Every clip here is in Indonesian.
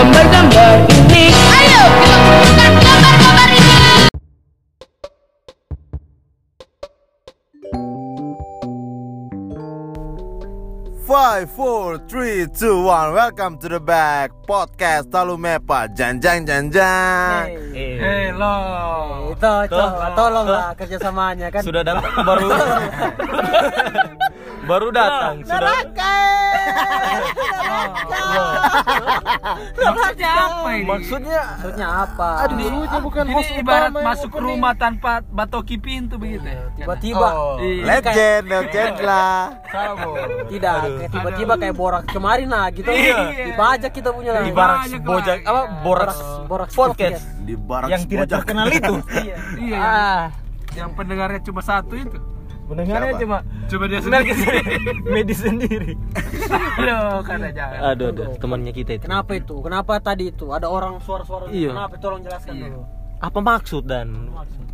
gambar-gambar ini. Ayo kita kumpulkan gambar-gambar ini. 5, 4, 3, 2, 1. Welcome to the back podcast Talumepa. Janjang. Hei lo. Itu tolonglah kerjasamanya kan. Sudah datang baru datang sudah. Maksudnya apa ini? Maksudnya apa? Aduh, ini bukan host ibarat masuk rumah tanpa batoki pintu begitu ya. Tiba-tiba Legend lah. tidak kayak tiba-tiba kayak borak kemarin lah gitu. Iya. Dibajak kita punya lah. Borak podcast Di barak yang tidak terkenal itu. Iya. Yang pendengarnya cuma satu itu. Pendengarnya Siapa? Cuma dia sendiri. medis sendiri. Aduh, karena jangan. Aduh, temannya kita itu. Kenapa itu? Kenapa tadi itu ada orang suara-suara? Iya. Kenapa? Tolong jelaskan dulu. Apa maksud dan?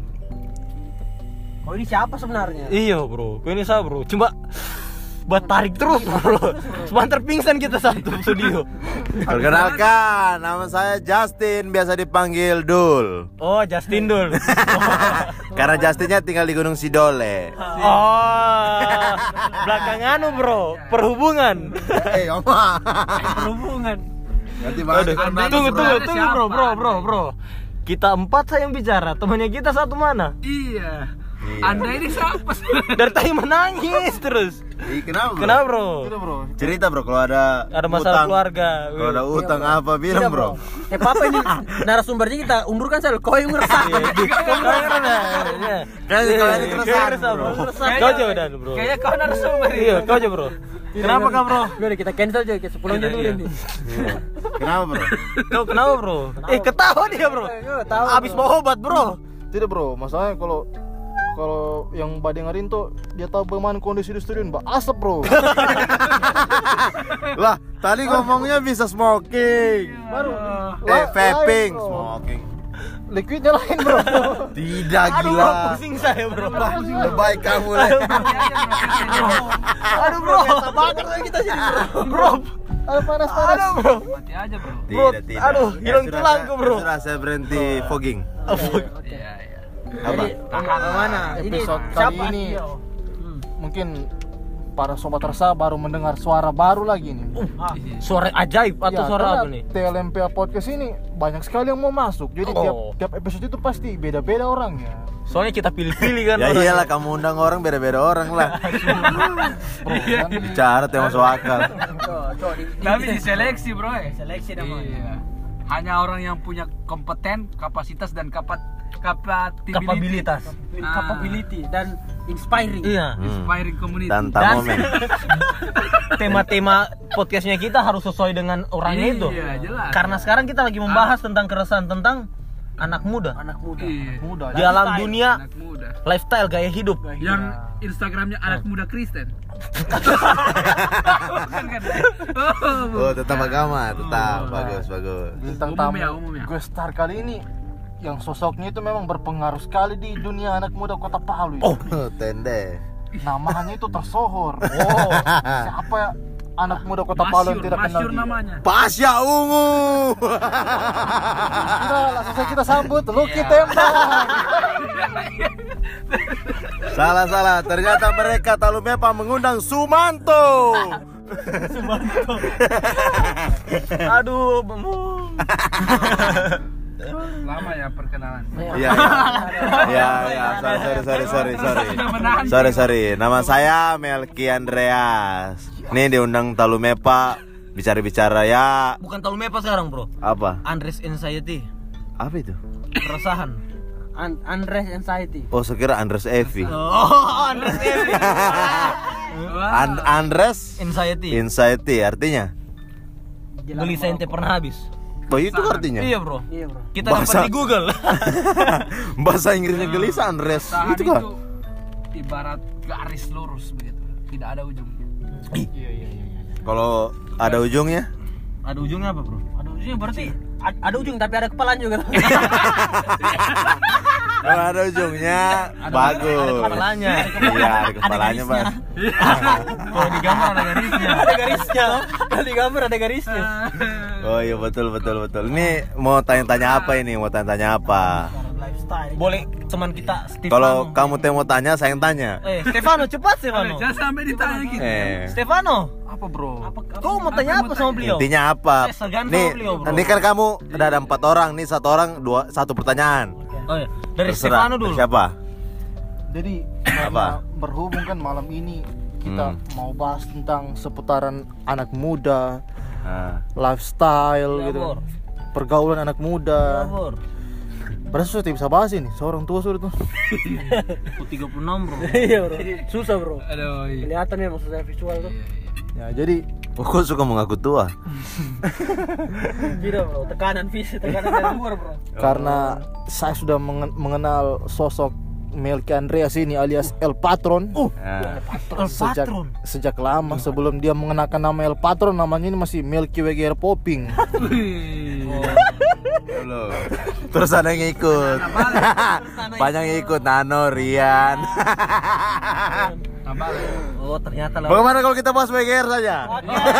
Oh ini siapa sebenarnya? Iya bro, ini saya bro. Cuma buat tarik terus bro. Sebentar pingsan kita satu studio. Perkenalkan, nama saya Justin, biasa dipanggil Dul. Oh Justin Dul. Karena Justinnya tinggal di Gunung Sidole. Oh, belakang anu bro, perhubungan. Oma. Perhubungan. Nanti Tunggu bro. Kita 4 saya yang bicara, temannya kita satu mana? Iya. Anda ini siapa? Dari tadi menangis terus. Kenapa bro? Cerita bro, kalau ada masalah utang, keluarga. kalau ada utang apa bilang bro. Papa ini narasumbernya kita undurkan saya. Kau yang ngerasa. Kau coba dan bro. Kayaknya kau narasumber. Iya, kau coba bro. Kenapa kau bro? Udah kita cancel aja, kita pulang aja dulu ini. Kenapa bro? Kau kenapa bro? Ketawa dia bro. Abis mau obat bro. Tidak bro, masalahnya kalau yang badengarin tuh dia tahu bagaimana kondisi di studio, Mbak. Asap bro. Lah, tadi ngomongnya bisa smoking. Baru Vaping, lain, bro. smoking. Liquidnya lain bro. Tidak Aduh gila. bro, pusing saya bro. Lebay kamu Le. Aduh bro, bakar lagi kita sini bro. Aduh panas. Aduh bro. Mati aja, bro. Tidak. Aduh, hilang sudah tulangku, bro. Sudah saya berhenti fogging. Iya. Apa? Mana? Episode siapa? kali ini mungkin para sobat resah baru mendengar suara baru lagi nih. Suara ajaib atau Ya, suara karena apa nih? TLMPA podcast ini banyak sekali yang mau masuk. Jadi tiap episode itu pasti beda-beda orangnya. Soalnya kita pilih-pilih kan. Ya iyalah, kamu undang orang beda-beda orang lah. Bicara tema akal. Tapi diseleksi, bro. Seleksi namanya. Iya. Hanya orang yang punya kompeten, kapasitas dan Kapabilitas. Capability dan inspiring. Iya. Inspiring community. Dan tamomen. Tema-tema podcastnya kita harus sesuai dengan orangnya itu. Iya, jelas. Karena sekarang kita lagi membahas tentang keresahan tentang anak muda. Iya. Muda. Di alam dunia Anak muda. lifestyle gaya hidup. Yang Instagramnya anak muda Kristen. Oh, tetap agama, tetap bagus. Bintang Umumnya. tamu gue star kali ini yang sosoknya itu memang berpengaruh sekali di dunia anak muda Kota Palu. Oh, tende. Namanya itu tersohor. Siapa ya anak muda Kota Palu yang tidak kenal Masyur dia? namanya. Pasya Ungu. Sudah, langsung saja kita sambut Lucky Tembak. Salah. Ternyata mereka Talumepa mengundang Sumanto. Aduh, Lama ya perkenalan. Iya. Sorry. Nama saya Melki Andreas. Nih diundang Talumepa bicara ya. bukan Talumepa sekarang, bro. Apa? Andres Anxiety. Apa itu? Keresahan. Andres Anxiety. Oh, saya kira Andres Evi. Oh, Andres Evi. Andres Anxiety. artinya? Gelisah ente pernah habis. Oh, itu artinya? Iya, bro. Kita Bahasa- dapat di Google. Bahasa Inggrisnya gelisah Andres. Tahan Itu kan? itu ibarat garis lurus begitu. Tidak ada ujungnya. Kalau ada ujungnya? Ada ujungnya apa, bro? Ada ujungnya berarti ada ujung tapi ada kepalanya juga. Kalau ada ujungnya bagus. Kepalanya. Iya, ada kepalanya, Bang. Kalau di gambar ada garisnya. Ada garisnya. Kalau di gambar ada garisnya. Oh iya, betul. Ini mau tanya-tanya apa ini? Mau tanya-tanya apa? Boleh teman kita Stefano. Kalau kamu mau tanya, saya yang tanya. Stefano, cepat Stefano. Jangan sampai ditanya gitu. Stefano, Apa bro? kau mau tanya apa sama beliau? Intinya apa? Segan sama Nih, beliau, bro. ini kan kamu udah ada 4 orang, nih satu orang satu pertanyaan. Oh iya, dari Terserah. Stefano dulu. Siapa? Jadi Apa? berhubung kan malam ini kita mau bahas tentang seputaran anak muda, Nah, lifestyle Ya, gitu, Bor. pergaulan anak muda. Bor. Padahal susah tidak bisa bahas ini, seorang tua sudah tuh. 36 bro. Iya bro, susah bro. Aduh. Iya. Kelihatan ya maksudnya visual tuh. Ya jadi kok suka mengaku tua? Tidak bro, tekanan fisik, tekanan dari luar bro. karena saya sudah mengenal sosok Melki Andreas ini alias El Patron Nah, sejak lama sebelum dia mengenakan nama El Patron, namanya ini masih Melki WGR Popping. dulu. Terus ada yang ikut. Banyak yang ikut, Nano, Rian. Oh ternyata lah. Bagaimana kalau kita bahas WGR saja?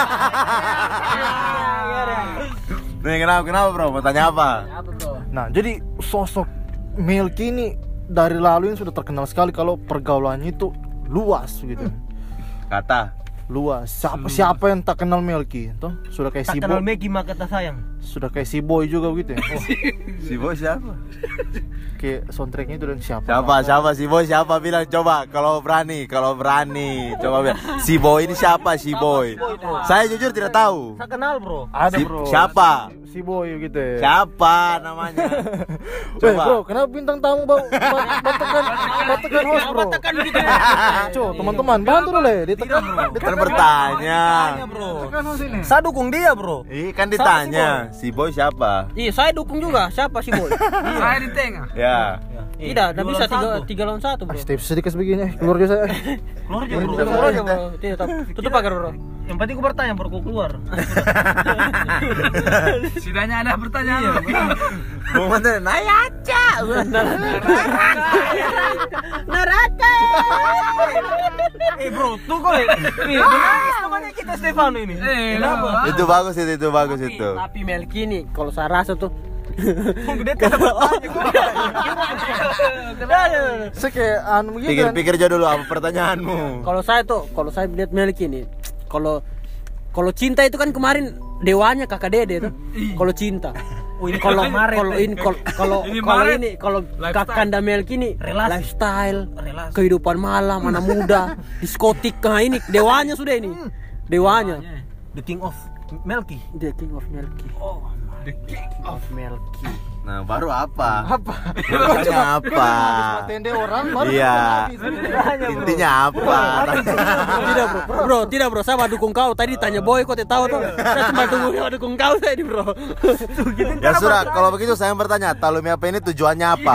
Nih, kenapa bro? Mau tanya apa? Nah, jadi sosok Melki ini dari lalu ini sudah terkenal sekali kalau pergaulannya itu luas gitu. Kata. Luas. Siapa yang tak kenal Melki? Toh, sudah kayak si Tak kenal Boy. Megi maka tak sayang. Sudah kayak si Boy juga begitu ya. Oh, Si Boy siapa? kayak soundtracknya itu dan siapa? Siapa si Boy siapa bilang coba kalau berani coba bilang si Boy ini siapa si Boy? Saya jujur tidak tahu. Tak kenal bro. Ada bro. Siapa? Si Boy gitu ya. Siapa namanya? Coba. Bro, Coba. kenapa bintang tamu batakan host bro? Coba teman-teman bantu dulu ya, ditekan. Kan bertanya. Bro. Ditekan host ini. Saya dukung dia bro. Ih, kan ditanya si Boy siapa? Iya, saya dukung juga. Siapa sih boy? Saya di tengah. Ya. Tidak, tidak bisa 3 lawan 1 bro. Step sedikit begini, keluar aja saya. Keluar aja bro. Keluar aja bro. Tidak, tutup pagar bro. Yang penting aku bertanya baru kau keluar. Setidaknya ada pertanyaan. Mau mana? Nayaca. Neraka. Bro, tuh kau. Benar namanya kita Stefano ini. Kenapa? Itu bagus itu. Tapi Melki nih, kalau saya rasa tuh Gede kan Saya kayak anu gitu kan. Pikir-pikir aja dulu apa pertanyaanmu. kalau saya lihat Melki nih, kalau cinta itu kan kemarin dewanya kakak Dede tuh. Kalau cinta. Kalau Kakanda Melki nih lifestyle, kehidupan malam, anak muda, diskotik. Nah ini dewanya sudah ini. Dewanya. The King of Melki. The King of Melki. The King of Melki. Nah, baru apa? Apa? Pertanyaan apa? Matende orang baru Iya. habis. Intinya apa? Tidak bro, saya dukung kau. Tadi tanya Boy, kau tahu tuh. Saya cuma dukung kau tadi bro. Ya sudah, kalau begitu saya bertanya, Talumi apa ini tujuannya apa?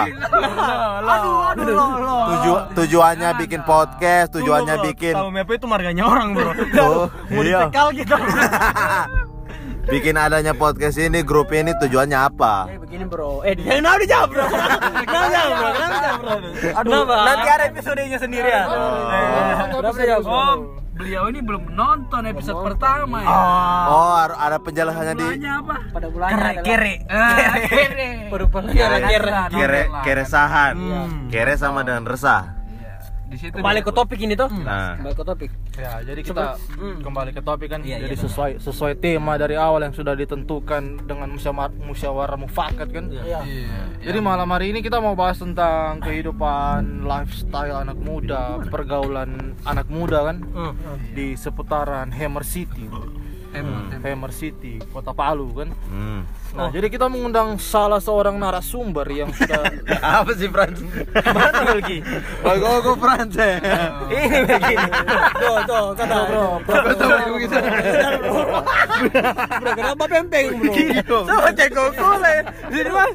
Tujuannya bikin podcast, tujuannya bikin Tahu apa itu marganya orang bro. Oh, Mau iya. ditekal kita. Bikin adanya podcast ini, grup ini tujuannya apa? Begini bro. Kenapa dijawab bro? Kenapa dijawab bro? Aduh, nanti ada episodenya sendiri ya. Kenapa dia? Oh, beliau ini belum nonton episode pertama ya. Oh, ada penjelasannya di Bulannya apa? Pada bulannya Kere. keresahan. Kere sama dengan resah. Di situ Kembali ke topik ini tuh. Nah, Kembali ke topik. Ya, jadi kita kembali ke topik kan. Iya, Jadi iya, sesuai tema dari awal yang sudah ditentukan dengan musyawarah mufakat kan. Iya. Jadi malam hari ini kita mau bahas tentang kehidupan lifestyle anak muda, pergaulan anak muda kan di seputaran Hammer City. Hammer City, Kota Palu kan. Nah, jadi kita mengundang salah seorang narasumber yang sudah apa sih Frans? Mana Melki? Go Frans. Ini Melki. Tuh, kata bro. Bro, kenapa pempeng bro? Sama ceko kule. Sini mas.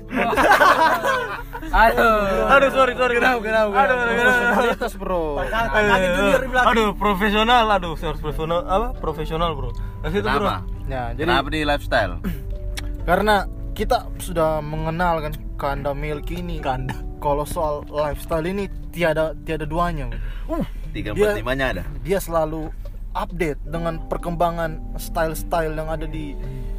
Aduh, sorry. Kenapa? profesionalitas bro. Aduh, profesional. Aduh, harus profesional. Apa? Profesional bro. Itu bro. Ya, jadi Kenapa di lifestyle? karena kita sudah mengenal kan Kanda Melki ini. kalau soal lifestyle ini tiada duanya. 345-nya ada. Dia selalu update dengan perkembangan style-style yang ada di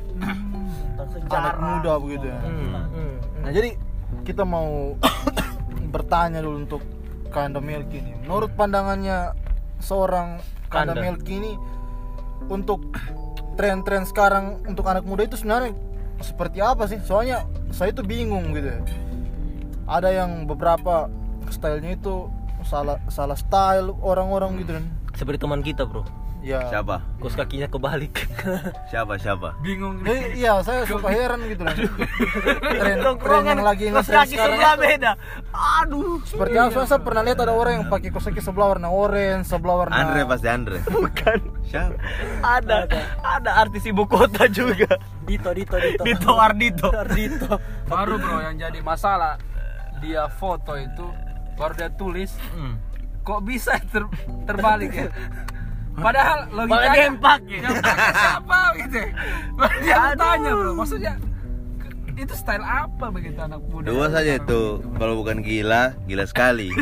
anak muda begitu ya. Nah, jadi kita mau bertanya dulu untuk Kanda Melki ini. Menurut pandangannya seorang Kanda Melki ini, untuk tren-tren sekarang untuk anak muda itu sebenarnya seperti apa sih? Soalnya saya itu bingung gitu ya. Ada yang beberapa stylenya itu salah style orang-orang gitu kan. Seperti teman kita, bro. Ya. Siapa? Kos kakinya kebalik. Siapa? Bingung. Iya, saya suka heran gitu lah. Tren yang lagi kos nge-trend kaki sekarang sebelah itu beda. Aduh. seperti apa? Soalnya saya pernah lihat ada orang yang pakai kos kaki sebelah warna orange, sebelah warna Andre pasti Andre. Bukan. Siapa? Ada artis ibu kota juga. Dito Ardito. Baru bro yang jadi masalah, dia foto itu baru dia tulis kok bisa terbalik ya. Padahal logikanya yang pakai. Siapa gitu. Dia tanya bro, maksudnya itu style apa begitu anak muda? Dua saja itu. Kalau bukan gila sekali.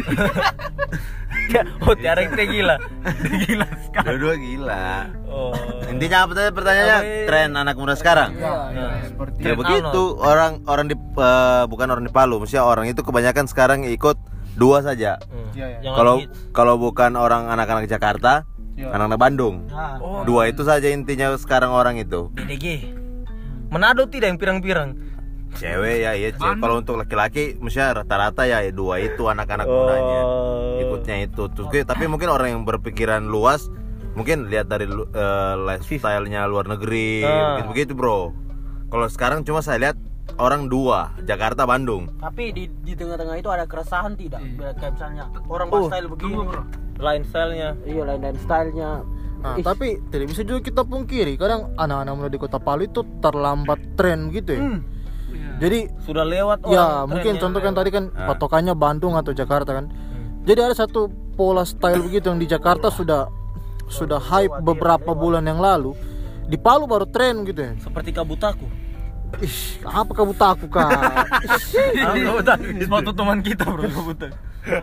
Oh, tiara kita gila. Gila sekali. Dua-dua gila. Oh. Intinya apa tadi pertanyaannya? Tren anak muda sekarang. seperti Ya begitu, orang di bukan orang di Palu, maksudnya orang itu kebanyakan sekarang ikut dua saja. Yang Kalau bukan orang anak-anak Jakarta, anak-anak Bandung. Dua itu saja intinya sekarang orang itu. DDG. Manado tidak yang pirang-pirang. Cewek ya, iya cewek. Kalau untuk laki-laki, maksudnya rata-rata ya dua itu anak-anak mudanya. Ikutnya itu. Tapi mungkin orang yang berpikiran luas, mungkin lihat dari lifestyle-nya luar negeri, begitu bro. Kalau sekarang cuma saya lihat orang dua, Jakarta, Bandung. Tapi di tengah-tengah itu ada keresahan tidak? Kayak misalnya orang style begini, Lain stylenya. iya lain stylenya. Nah, tapi tidak bisa juga kita pungkiri, kadang anak-anak muda di Kota Palu itu terlambat tren gitu ya. Jadi Sudah lewat ya mungkin contoh kan tadi kan patokannya Bandung atau Jakarta kan. Jadi ada satu pola style begitu yang di Jakarta sudah hype beberapa bulan yang lalu, di Palu baru tren gitu ya. seperti kabutaku. Ih, apa kabutaku kak? Kabutaku. Sepatu teman kita, bro, kabutaku.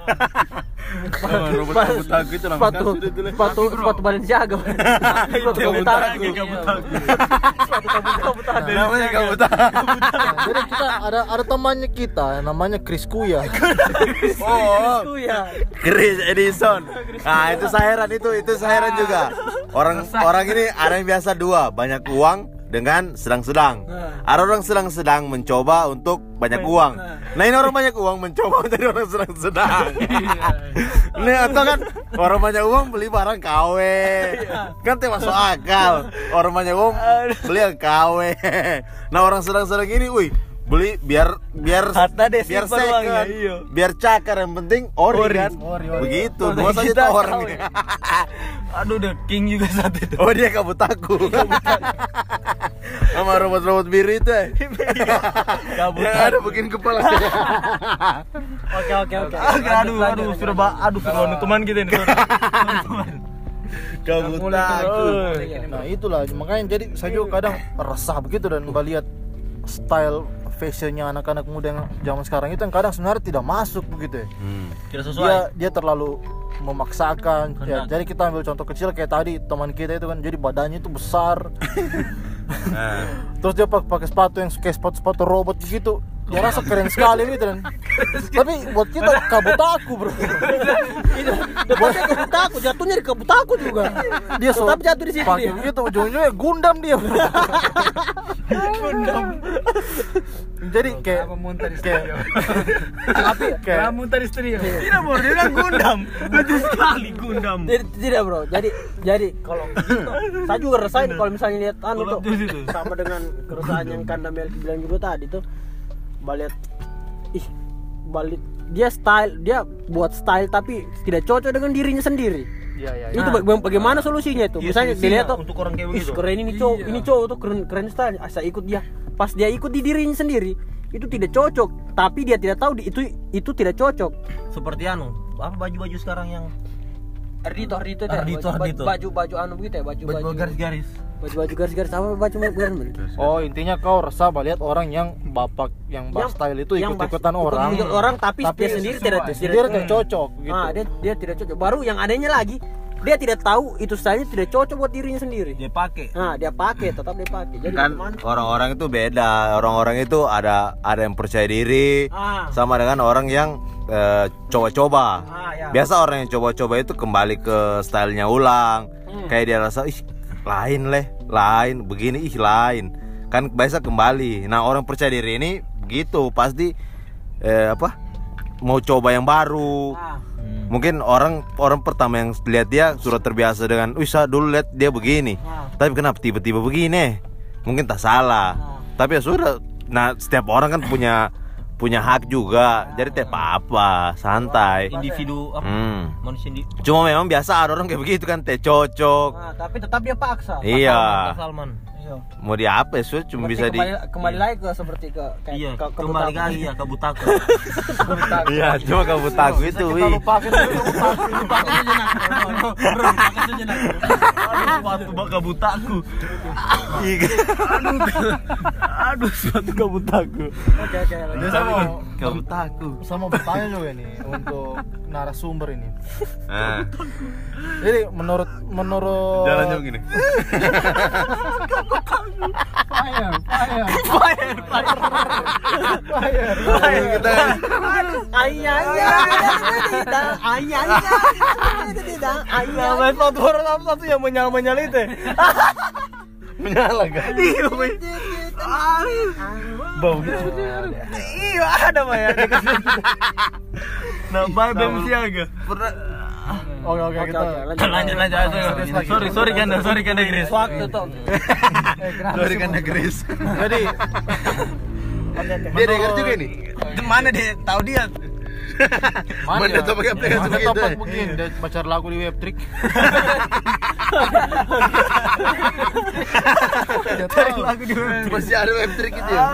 Sepatu Balenciaga. Sepatu kabutaku. Namanya kabutaku. Jadi kita ada temannya kita namanya Chris Kuya. Chris Edison. Nah, itu saya heran juga. Orang ini ada yang biasa dua, banyak uang dengan sedang-sedang. Ada orang sedang-sedang mencoba untuk banyak uang. Nah, ini orang banyak uang mencoba menjadi orang sedang-sedang. Ini atau kan orang banyak uang beli barang KW. Kan tidak masuk akal. Orang banyak uang beli yang KW. Nah, orang sedang-sedang ini, beli biar second, biar cakar, yang penting ori kan. Begitu, dua saja itu orang. Aduh, The King juga satu itu. Oh, dia kabutaku. Sama robot-robot biru itu ya. Yang ada bikin kepala. Oke. Aduh, sudah teman kita ini. Kabutaku. Nah itulah makanya jadi saya juga kadang resah begitu dan melihat style fashionnya anak-anak muda yang zaman sekarang itu yang kadang sebenarnya tidak masuk begitu ya. Tidak sesuai. Dia terlalu memaksakan ya. Jadi kita ambil contoh kecil kayak tadi teman kita itu kan, jadi badannya itu besar. Terus dia pakai sepatu yang kayak sepatu robot gitu. Dia rasa keren sekali gitu kan. Tapi buat kita kabutaku, bro. Depannya kabutaku, jatuhnya di kabutaku juga. Dia tetap jatuh di situ. Pakai begitu ujung-ujungnya Gundam dia, bro. Jadi kayak muntah di studio. kayak Muntah di studio. Tidak, bro, dia bilang Gundam. Lucu sekali Gundam. Tidak bro, jadi kalau gitu, saya juga rasain kalau misalnya lihat tuh sama dengan keresahan yang Kanda Melki bilang juga tadi tuh, balik dia buat style tapi tidak cocok dengan dirinya sendiri. Itu bagaimana solusinya itu? Misalnya dilihat tuh untuk orang kayak begitu. Keren ini cowok tuh keren style, saya ikut dia. Pas dia ikut di dirinya sendiri, itu tidak cocok, tapi dia tidak tahu itu tidak cocok. Seperti apa baju-baju sekarang yang Ardito Ardito. baju anu begitu ya, baju garis-garis. Baju garis-garis apa baju brand. Oh, intinya kau resah lihat orang yang bapak yang style itu ikut-ikutan orang. Ikut orang tapi dia sendiri tidak cocok gitu. Ah, dia tidak cocok. Baru yang adanya lagi, dia tidak tahu itu stylenya tidak cocok buat dirinya sendiri. Dia pakai. Nah, dia pakai, tetap dia pakai. Jadi Kan orang-orang itu beda. Orang-orang itu ada yang percaya diri sama dengan orang yang coba-coba. Ya. Biasa orang yang coba-coba itu kembali ke stylenya ulang. Kayak dia rasa lain begini lain. Kan biasa kembali. Nah, orang percaya diri ini begitu, pasti mau coba yang baru. Mungkin orang pertama yang lihat dia sudah terbiasa dengan, saya dulu lihat dia begini. Tapi kenapa tiba-tiba begini? Mungkin tak salah. Tapi ya sudah. Nah, setiap orang kan punya hak juga. Jadi tidak apa-apa, santai. Individu manusia Cuma memang biasa ada orang kayak begitu kan, teh cocok. Nah, tapi tetap dia paksa. Iya. Salman. Mau di apa ya? Cuma bisa kembali lagi ke seperti ke kayak kembali lagi ya ke butaku. Iya, cuma kamu takut itu, Kita lupakan Suatu kabutaku. Aduh, suatu kabutaku. Oke. Kabutaku. sama bertanya juga nih untuk narasumber ini. Jadi menurut jalan jauh gini. Kita satu yang menyala itu. menyala kan? Bau. Iya, ada Maya. Nah, Maya BEM siaga. Oke, kita Lanjut. Sorry kan Gris. Waktu tuh. Sorry kan Gris. jadi Dia dengar juga nih. Mana dia? Tahu dia. Mana dia pakai aplikasi begitu? Topak begini, dia pacar lagu di Webtrick. Masih ada webtrick itu ya.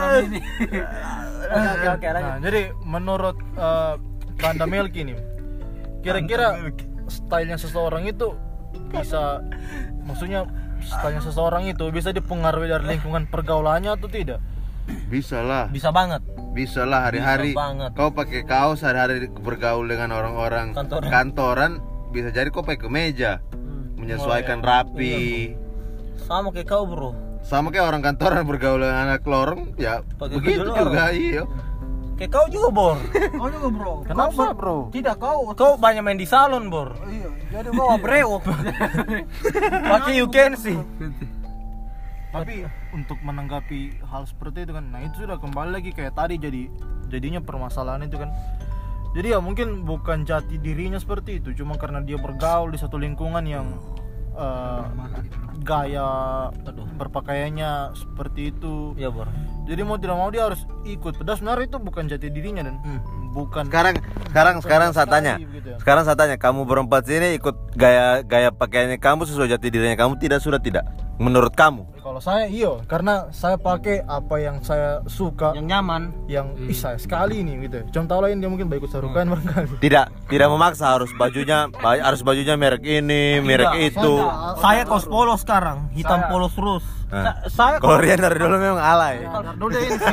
Oke, lanjut. Nah, jadi menurut Kanda Melki nih, kira-kira stylenya seseorang itu maksudnya stylenya seseorang itu bisa dipengaruhi dari lingkungan pergaulannya atau tidak? Bisa lah. Bisa banget. Bisa lah hari-hari. Bisa banget. Kau pakai kaos hari-hari bergaul dengan orang-orang kantoran, bisa jadi kau pakai kemeja. Menyesuaikan rapi. Sama kayak kau, bro. Sama kayak orang kantoran bergaul dengan anak lorong, ya Pakai begitu baju juga, lorong. iya. Kayak kau juga, Bor. Kau juga, Bro. Kenapa, bro? Tidak Kau banyak main di salon, Bor. Iya, jadi bawa brewok. Pakai you can see. Tapi untuk menanggapi hal seperti itu kan, nah itu sudah kembali lagi kayak tadi jadinya permasalahan itu kan. Jadi ya mungkin bukan jati dirinya seperti itu, cuma karena dia bergaul di satu lingkungan yang gaya berpakaiannya seperti itu. Iya, Bor. Jadi mau tidak mau dia harus ikut. Padahal sebenarnya itu bukan jati dirinya dan bukan. Sekarang saya tanya. Gitu ya. Sekarang saya tanya, kamu berempat sini ikut gaya pakaiannya kamu sesuai jati dirinya kamu sudah tidak? Menurut kamu? Kalau saya karena saya pakai apa yang saya suka, Yang nyaman. yang saya sekali ini gitu. Contoh lain dia mungkin baik sarukan barangkali. Tidak memaksa harus bajunya merek ini, merek itu. Saya kaos polos sekarang, hitam polos terus. Saya Kalau Rian dari dulu memang alay. Dulu deh ini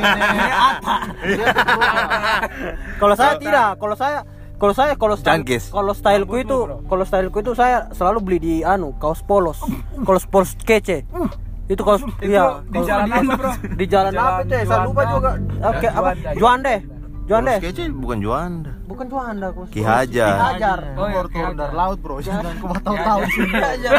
kalau saya tidak, kalau Cangkis. styleku itu saya selalu beli di kaos polos kece. Itu kaos di jalan apa, bro? Di jalan apa itu ya? Saya lupa juga. Oke, apa? Juande. Kece bukan Juanda. Bukan Juanda, Ki Hajar. dari laut, bro. Jangan ku tahu sini.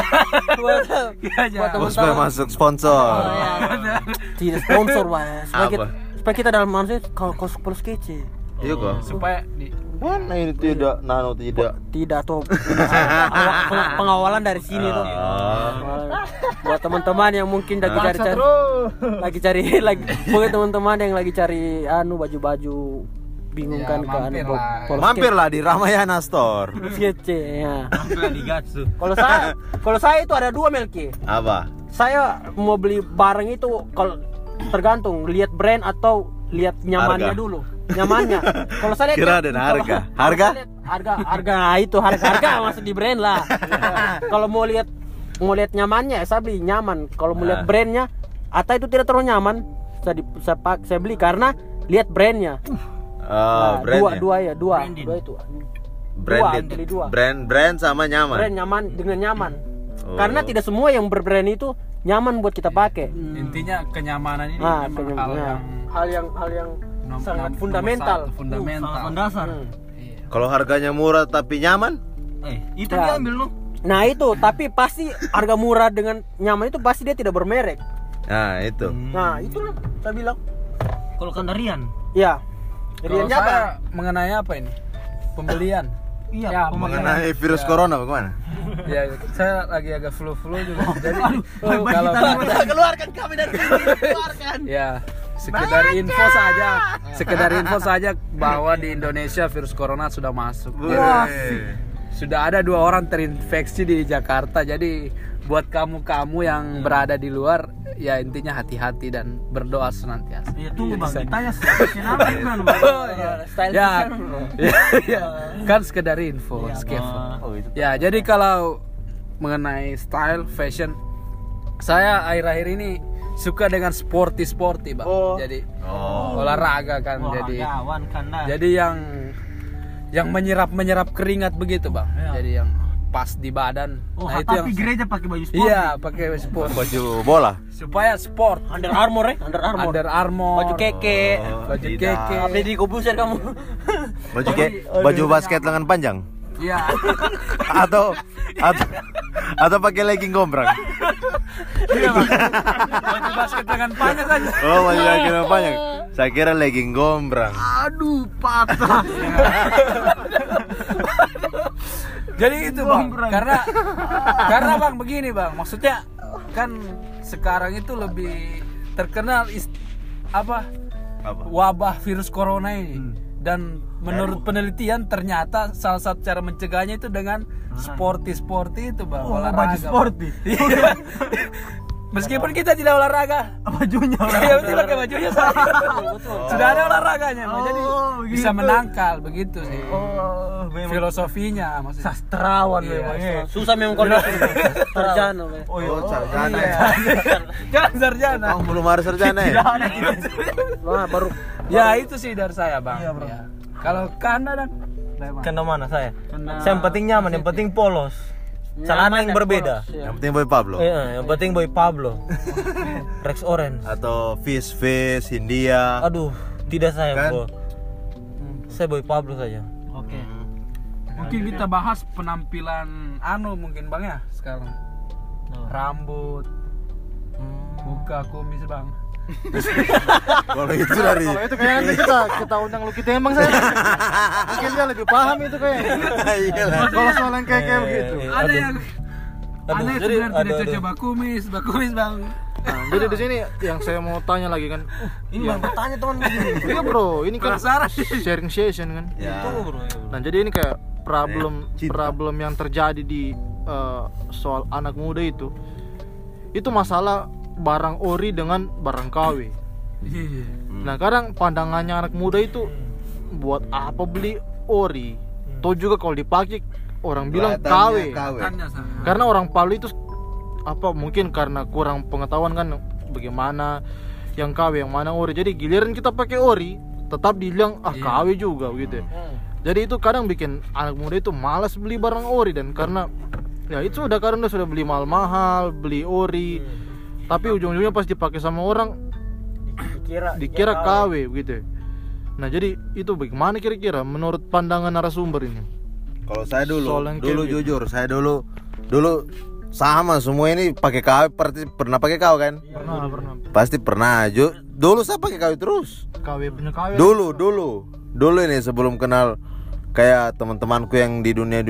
Oh, supaya masuk sponsor. Tidak sponsor, Mas. Supaya kita dalam manusia kaos polos kece. Iya kok. Supaya Mana ini tidak, Tidak tuh. Pengawalan dari sini tuh. Buat teman-teman yang mungkin lagi cari buat teman-teman yang lagi cari baju-baju bingung kan ke Mampirlah di Ramayana Store. kece ya. Di Gatsu. Kalau saya itu ada dua, Melki. Apa? Saya mau beli barang itu kalau tergantung lihat brand atau lihat nyamannya Harga. dulu. Nyamannya. Kalau saya lihat Kira dan harga. harga itu harga masuk di brand lah. Kalau mau lihat mau lihat nyamannya saya beli nyaman. Kalau mau lihat brandnya, Ata itu tidak terlalu nyaman. Saya beli karena lihat brandnya. Brandnya. Dua itu. Branded. Beli dua. Brand sama nyaman. Brand nyaman dengan nyaman. Karena tidak semua yang berbrand itu nyaman buat kita pakai. Intinya kenyamanan ini Nah, memang hal yang sangat fundamental. Fundamental. Mendasar. Kalau harganya murah tapi nyaman, Itu Ya. diambil lu. Nah itu, tapi pasti harga murah dengan nyaman itu pasti dia tidak bermerek. nah itu. Nah itulah saya bilang. Kalau Kandarian. Ya. Kalau Riannya apa? saya mengenai apa ini? Pembelian. Iya, Ya, Mengenai virus corona bagaimana? Ya, saya lagi agak flu juga. Jadi kalau Keluarkan kami dari sini, keluarkan. ya sekedar info saja bahwa di Indonesia virus corona sudah masuk. Wah. Sudah ada 2 orang terinfeksi di Jakarta. Jadi buat kamu yang berada di luar, ya intinya hati-hati dan berdoa senantiasa. Iya, tunggu Bang, Jadi ditanya kenapa gimana, Bang? Oh, ya. Style Ya, design. ya. Kan sekedar info, skevo. Ya, jadi kalau mengenai style fashion, saya akhir-akhir ini suka dengan sporty Bang. Oh. Jadi olahraga kan, jadi Kawan Kanda. yang menyerap keringat begitu Bang. Jadi yang pas di badan. Nah, itu yang tapi gereja pakai baju sport. iya, pakai sport Baju bola. supaya sport. Under Armour Under Armour. Baju keke. Baju tidak. keke. Deddy Kobuser kamu. Baju basket lengan panjang. Iya. atau pakai legging gombrang. Iya, Bang. Baju basket dengan panjang saja. Oh, baju legging panjang. Saya kira legging gombrang. Aduh, patah. Jadi itu Bang, karena Bang begini Bang, maksudnya kan sekarang itu lebih terkenal wabah virus corona ini. Dan menurut penelitian ternyata salah satu cara mencegahnya itu dengan sporty itu Bang, olahraga. Baju sporty. Iya. Meskipun kita tidak olahraga, Bajunya ya penting pakai bajunya saja. Sudah ada olahraganya, Bang. Jadi bisa begitu. menangkal begitu sih. memang Filosofinya maksudnya. sastrawan Iya, memang. Ya. Susah memang kalau sarjana. Oh, iya. sarjana. Jangan sarjana. Oh, belum ada sarjana ya? Nah, baru Ya itu sih dari saya Bang. Iya, bro. Ya. Kalau Kanda dan Kena mana saya? Kena- Saya yang penting nyaman, yang penting polos. Celana yang berbeda. Yang penting Boy Pablo. Iya, yang penting Boy Pablo. Rex Orange. Atau Fish, Hindia. Aduh, tidak saya, Kan? Bro. Saya Boy Pablo saja. Oke. Mungkin kita bahas penampilan mungkin Bang ya sekarang. Rambut, muka, kumis Bang. Kalau itu dari Kalau itu kayaknya nanti kita undang Lucky Tembang saya. Mungkin dia lebih paham itu kayaknya. Iyalah. Kalau soal yang kayak begitu. Ada yang Aduh, yang jadi sebenarnya tidak aduh. cocok kumis Bang. Nah, jadi di sini yang saya mau tanya lagi kan. Ini Bang bertanya teman begini. Iya bro, ini kan Penasaran. sharing session kan. Ya. Tunggu, Bro. Nah jadi ini kayak Cinta. problem yang terjadi di soal anak muda itu masalah barang ori dengan barang KW. Nah kadang pandangannya anak muda itu buat apa beli ori? Toh juga kalau dipakai orang bilang KW. Tanya sama. Karena orang Palu itu mungkin karena kurang pengetahuan kan bagaimana yang KW yang mana ori. Jadi giliran kita pakai ori tetap dibilang KW juga gitu. Jadi itu kadang bikin anak muda itu malas beli barang ori dan karena ya itu kadang sudah beli mahal-mahal, beli ori. Tapi ujung-ujungnya pas dipakai sama orang dikira KW gitu. Nah, jadi itu bagaimana kira-kira menurut pandangan narasumber ini? Kalau saya dulu Soal yang kayak gitu. jujur, saya dulu sama semua ini pakai KW, pernah pakai KW kan? Pernah. Pasti pernah. Dulu saya pakai KW terus. KW punya KW. Dulu ini sebelum kenal kayak teman-temanku yang di dunia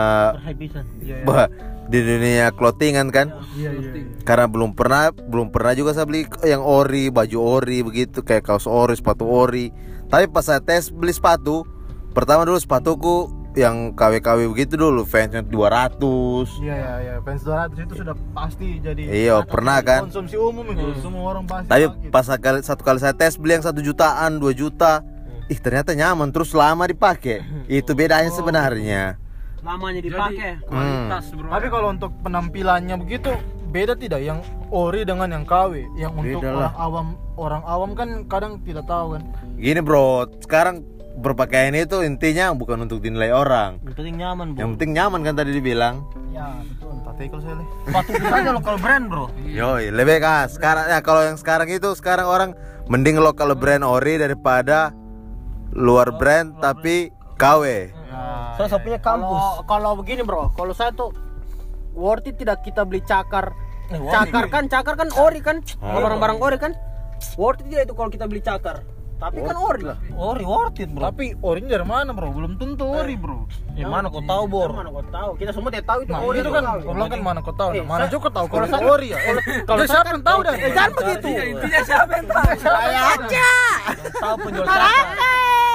di dunia clothingan kan. Karena belum pernah juga saya beli yang ori, baju ori begitu, kayak kaos ori, sepatu ori. Tapi pas saya tes beli sepatu, pertama dulu sepatuku yang KW begitu dulu, fansnya 200. Iya, fans 200 itu sudah pasti jadi Iya, pernah kan? konsumsi umum itu, semua orang pasti. Tapi pakai. pas satu kali saya tes beli yang 1 jutaan, 2 juta, ternyata nyaman terus lama dipakai. Itu bedanya sebenarnya. lamanya dipakai. Kualitas bro. Tapi kalau untuk penampilannya begitu beda tidak yang ori dengan yang KW? Yang untuk Beda lah. orang awam kan kadang tidak tahu kan. Gini bro, sekarang berpakaian itu intinya bukan untuk dinilai orang. Yang penting nyaman, bro. Yang penting nyaman kan tadi dibilang. Ya betul. Tak tekel saya nih. Sepatu kita aja lokal brand, bro. Yoi, lebih sekarang ya kalau yang sekarang itu sekarang orang mending lokal brand ori daripada luar brand tapi KW. Saya punya kampus. Kalau begini bro, kalau saya tuh worth it tidak kita beli cakar. worth Cakar kan ori kan, barang-barang ori kan. Worth it tidak itu kalau kita beli cakar. Tapi kan ori lah. Ori worth it, bro. Tapi orinya dari mana bro? Belum tentu ori bro. Yang mana kau tahu, Bor? Mana kau tahu? Kita semua tidak tahu itu Nah ori itu kan, kau bilang kan mana kau tahu? Eh, Mana saya- juga tahu kalau saya- itu ori ya? Kalau siapa yang tahu dah? Jangan begitu. Iya, intinya siapa yang tahu? Saya aja. Tahu penjual cakar.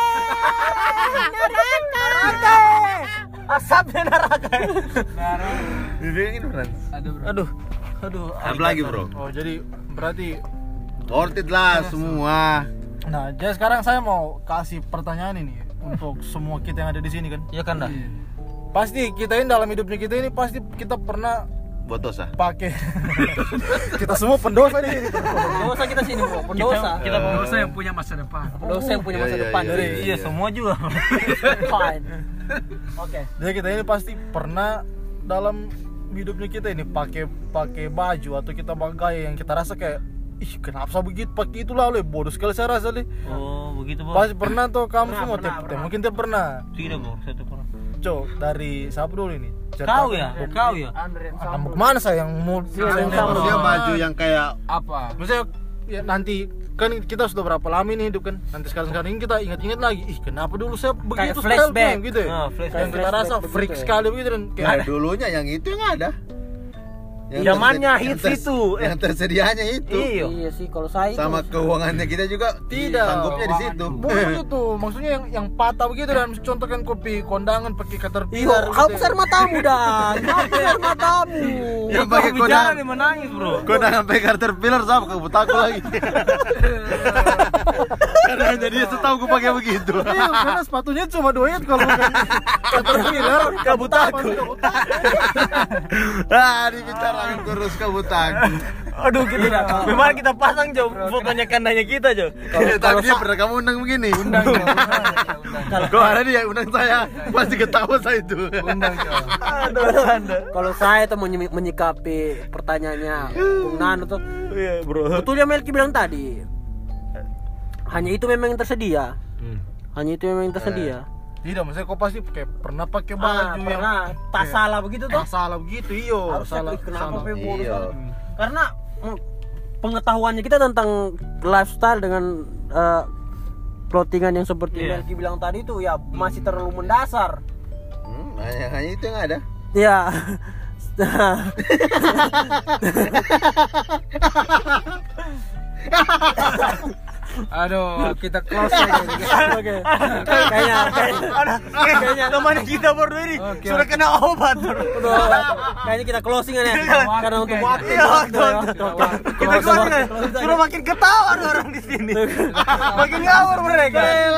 Asapnya neraka. Dingin beneran. Ada bro. Aduh. Apa lagi bro? Oh jadi berarti. Worth it lah semua. Nah jadi sekarang saya mau kasih pertanyaan ini untuk semua kita yang ada di sini kan. Iya kan dah. Pasti kita ini dalam hidupnya kita ini pasti kita pernah Botos ah. pakai. Kita semua pendosa di sini. Pendosa kita sini bro, pendosa. Kita pendosa yang punya masa depan. Pendosa yang punya masa Iya, depan. iya, Jadi Iya, semua juga. fine. Oke. Jadi kita ini pasti pernah dalam hidupnya kita ini pakai baju atau kita pakai yang kita rasa kayak ih kenapa saya begitu pakai itu lah bodoh sekali saya rasa deh. Oh, begitu, Bor. Pasti pernah tuh kamu semua pernah. mungkin dia pernah. Tidak, Bor. Saya tuh pernah. Cok dari siapa dulu ini? Kau ya? Kau ya? Kamu kemana saya yang mau yang sama. Dia baju yang kayak Apa? Maksudnya ya nanti kan kita sudah berapa lama ini hidup kan, nanti sekarang ini kita ingat-ingat lagi ih kenapa dulu saya begitu flashback. style-nya gitu ya. Ah, flashback. Yang kita rasa Flashback freak begitu ya. sekali begitu dan nah, kayak dulunya yang itu yang ada. Zamannya hits itu. Yang tersedianya itu. Iya. Iya sih kalau saya itu Sama keuangannya kita juga Tidak. sanggupnya di situ. bukan begitu, maksudnya yang patah begitu dan contohkan kopi kondangan pakai Iyo, caterpillar kau besar matamu dah. Kau besar matamu. Yang pakai Bicara kondangan. nih menangis, Bro. Kondangan pakai caterpillar sama ke butaku lagi. Karena hanya dia tahu gue pakai begitu. Iya, karena sepatunya cuma duit kalau bukan caterpillar Kabutaku. Ah, dibicarakan terus ke butaku. Aduh, kita memang kita pasang jauh fotonya kandanya kita, Jo. Tapi dia pernah kamu undang begini. Undang. Kalau ada dia undang saya, pasti ketawa saya itu. Aduh, Anda. Kalau saya tuh menyikapi pertanyaannya Bung Nano tuh, Iya, Bro. betul yang Melki bilang tadi. Hanya itu memang yang tersedia. Hanya itu memang yang tersedia. Tidak, maksudnya kau pasti kayak pernah pakai baju Ah, yang pernah tak salah begitu tuh. tak salah begitu, iyo. Harusnya Salah, kenapa salah. Pe, bodoh Iya. sekali. Karena pengetahuannya kita tentang lifestyle dengan clothingan yang seperti Iya. Melki bilang tadi itu ya masih terlalu mendasar. Hanya itu yang ada. Ya. Aduh, kita close aja. Oke. Kayaknya Teman kita berdua ini sudah kena obat, Bro. kayaknya kita closing ya karena untuk waktu. Iya, kita closing aja. Sudah makin ketawa nih orang di sini. Makin ngawur mereka.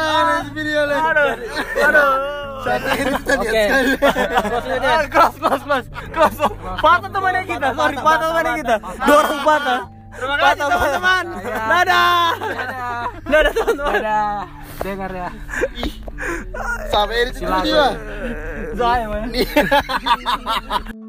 Aduh. Oke. Closing aja. Close. Patah temannya kita. Sorry, patah temannya kita. Dorong patah. Terima kasih teman-teman. Dadah. Dadah teman-teman. Dengar ya. Sampai di sini dia. Saya,